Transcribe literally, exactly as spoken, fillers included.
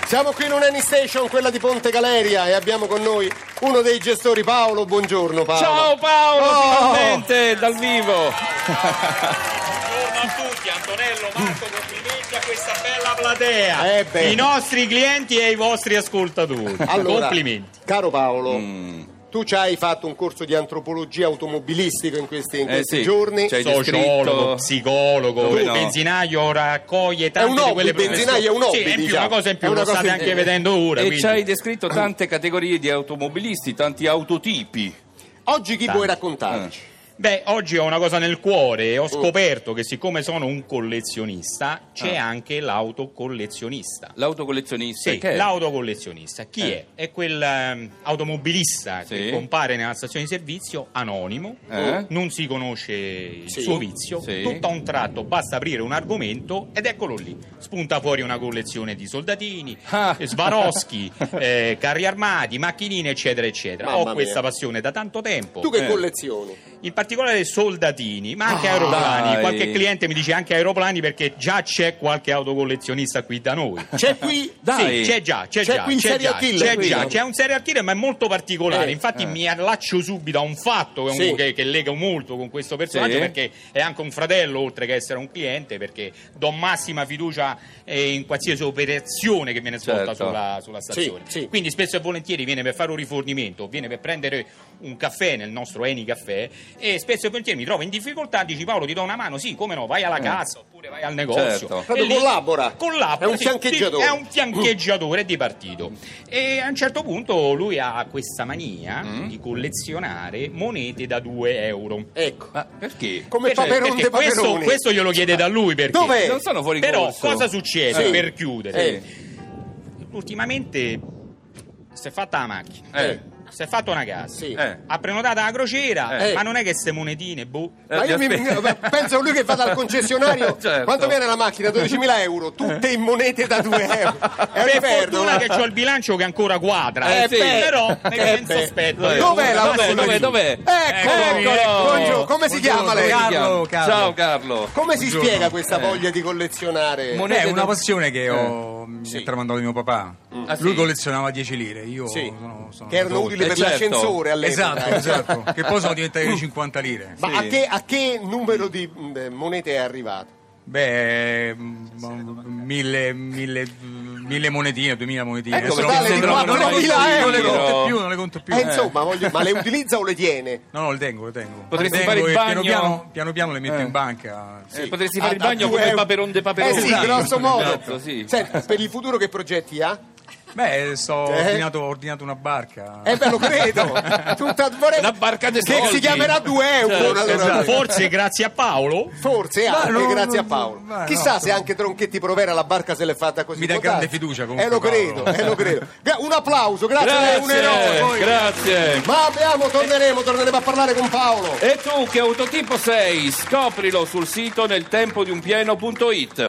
Siamo qui in un'Any Station, quella di Ponte Galeria, e abbiamo con noi uno dei gestori, Paolo. Buongiorno Paolo. Ciao Paolo, oh. finalmente dal vivo. Buongiorno a tutti, Antonello, Marco, complimenti a questa bella platea. Eh beh. I nostri clienti e i vostri ascoltatori. Allora, complimenti. Caro Paolo, Mm. tu ci hai fatto un corso di antropologia automobilistica in questi, in Eh, questi sì. giorni. C'hai Sociologo, descritto- psicologo, Dove il no? benzinaio raccoglie È tante un di hobby, quelle il benzinaio è un hobby, Sì, è in più, diciamo. una cosa in più, È una lo cosa state in anche più. vedendo ora. E quindi. ci hai descritto tante categorie di automobilisti, tanti autotipi. Oggi chi Tanti. vuoi raccontarci? Beh, oggi ho una cosa nel cuore, ho scoperto che siccome sono un collezionista c'è Ah. anche l'autocollezionista. L'autocollezionista Sì, che è? l'autocollezionista. Chi Eh. è? È quel ehm, automobilista Sì. che compare nella stazione di servizio, anonimo, Eh? non si conosce il Sì. suo vizio, Sì. tutto a un tratto basta aprire un argomento ed eccolo lì. Spunta fuori una collezione di soldatini, Ah. Swarovski, eh, carri armati, macchinine, eccetera, eccetera. Mamma Ho questa mia. passione da tanto tempo. Tu che Eh. collezioni? In particolare soldatini, ma anche Ah, aeroplani. dai. Qualche cliente mi dice anche aeroplani perché già c'è qualche autocollezionista qui da noi. C'è qui... Dai. Sì, c'è già, c'è, C'è già, qui il c'è serial già, killer c'è qui. già, c'è un serial killer ma è molto particolare. Eh, Infatti eh. mi allaccio subito a un fatto che, Sì. che, che lega molto con questo personaggio, Sì. perché è anche un fratello oltre che essere un cliente, perché do massima fiducia eh, in qualsiasi operazione che viene svolta Certo. sulla, sulla stazione. Sì, sì. Quindi spesso e volentieri viene per fare un rifornimento, viene per prendere un caffè nel nostro Eni Caffè, e spesso e volentieri mi trovo in difficoltà, dici Paolo ti do una mano, sì come no, vai alla cassa oppure vai al negozio. Certo. Proprio E lì- collabora. collabora, È un sì, fiancheggiatore. sì, è un fiancheggiatore di partito. E a un certo punto lui ha questa mania Mm. di collezionare monete da due euro. Ecco. Ma perché? Come Perché- Paperon perché de questo, Paperoni. questo glielo chiede da lui perché. Dov'è? Non sono fuori Però corso. cosa succede Sì. per chiudere? Eh. Ultimamente si è fatta la macchina, Eh. si è fatta una casa, Sì. Eh. ha prenotato la crociera, Eh. ma non è che queste monetine, boh. Ma io mi, mi- penso a lui che va dal concessionario. Certo. Quanto viene la macchina? dodicimila euro, tutte in monete da due euro. E Per riperdo, fortuna ma- che ho il bilancio che ancora quadra, Eh, sì. però Eh, ne beh. sospetto. Dov'è? Dov'è la Dov'è? Dov'è? Dov'è? Eccolo, Eccolo. Buongiorno. Come si chiama lei? Carlo, Carlo. Ciao Carlo. Come si Buongiorno. spiega questa Eh. voglia di collezionare? Mon- È una passione che ho, mi Sì. è tramandato mio papà. Ah, Lui sì? collezionava dieci lire, io Sì. sono, sono Che erano tolto. utili Eh, per certo. l'ascensore all'epoca. Esatto, esatto. Che poi sono diventate cinquanta lire. Ma Sì. a, che, a che numero di mh, monete è arrivato? Beh, mm, mille, mille, mille monetine, duemila monetine. Ecco, Adesso totale non- di non- non- quattromila non- euro. Non le conto più, non le conto più. Eh, insomma, voglio- ma le utilizza o le tiene? No, no, le tengo, le tengo. Potresti Le fare tengo il e piano bagno? piano, piano piano le metto Eh. in banca. Eh, potresti fare il A- a bagno due come euro. Paperon de Eh Paperoni. sì, grosso modo. Esatto, sì. Senti, per il futuro che progetti ha? Beh, sto, Eh. ho, ordinato, ho ordinato una barca. Eh beh, lo credo. Tutta, vorrei... Una barca dei che soldi. si chiamerà due euro. Certo, allora. esatto. Forse grazie a Paolo. Forse Ma anche no, grazie no, a Paolo. ma no, Chissà no. se anche Tronchetti Provera la barca se l'è fatta così. Mi dà può darsi. grande fiducia comunque, Eh lo credo, Paolo. eh lo credo. Gra- Un applauso, grazie, lei è un eroe. Grazie, grazie. Ma abbiamo, torneremo, torneremo a parlare con Paolo. E tu che autotipo sei? Scoprilo sul sito nel tempo di un pieno punto it.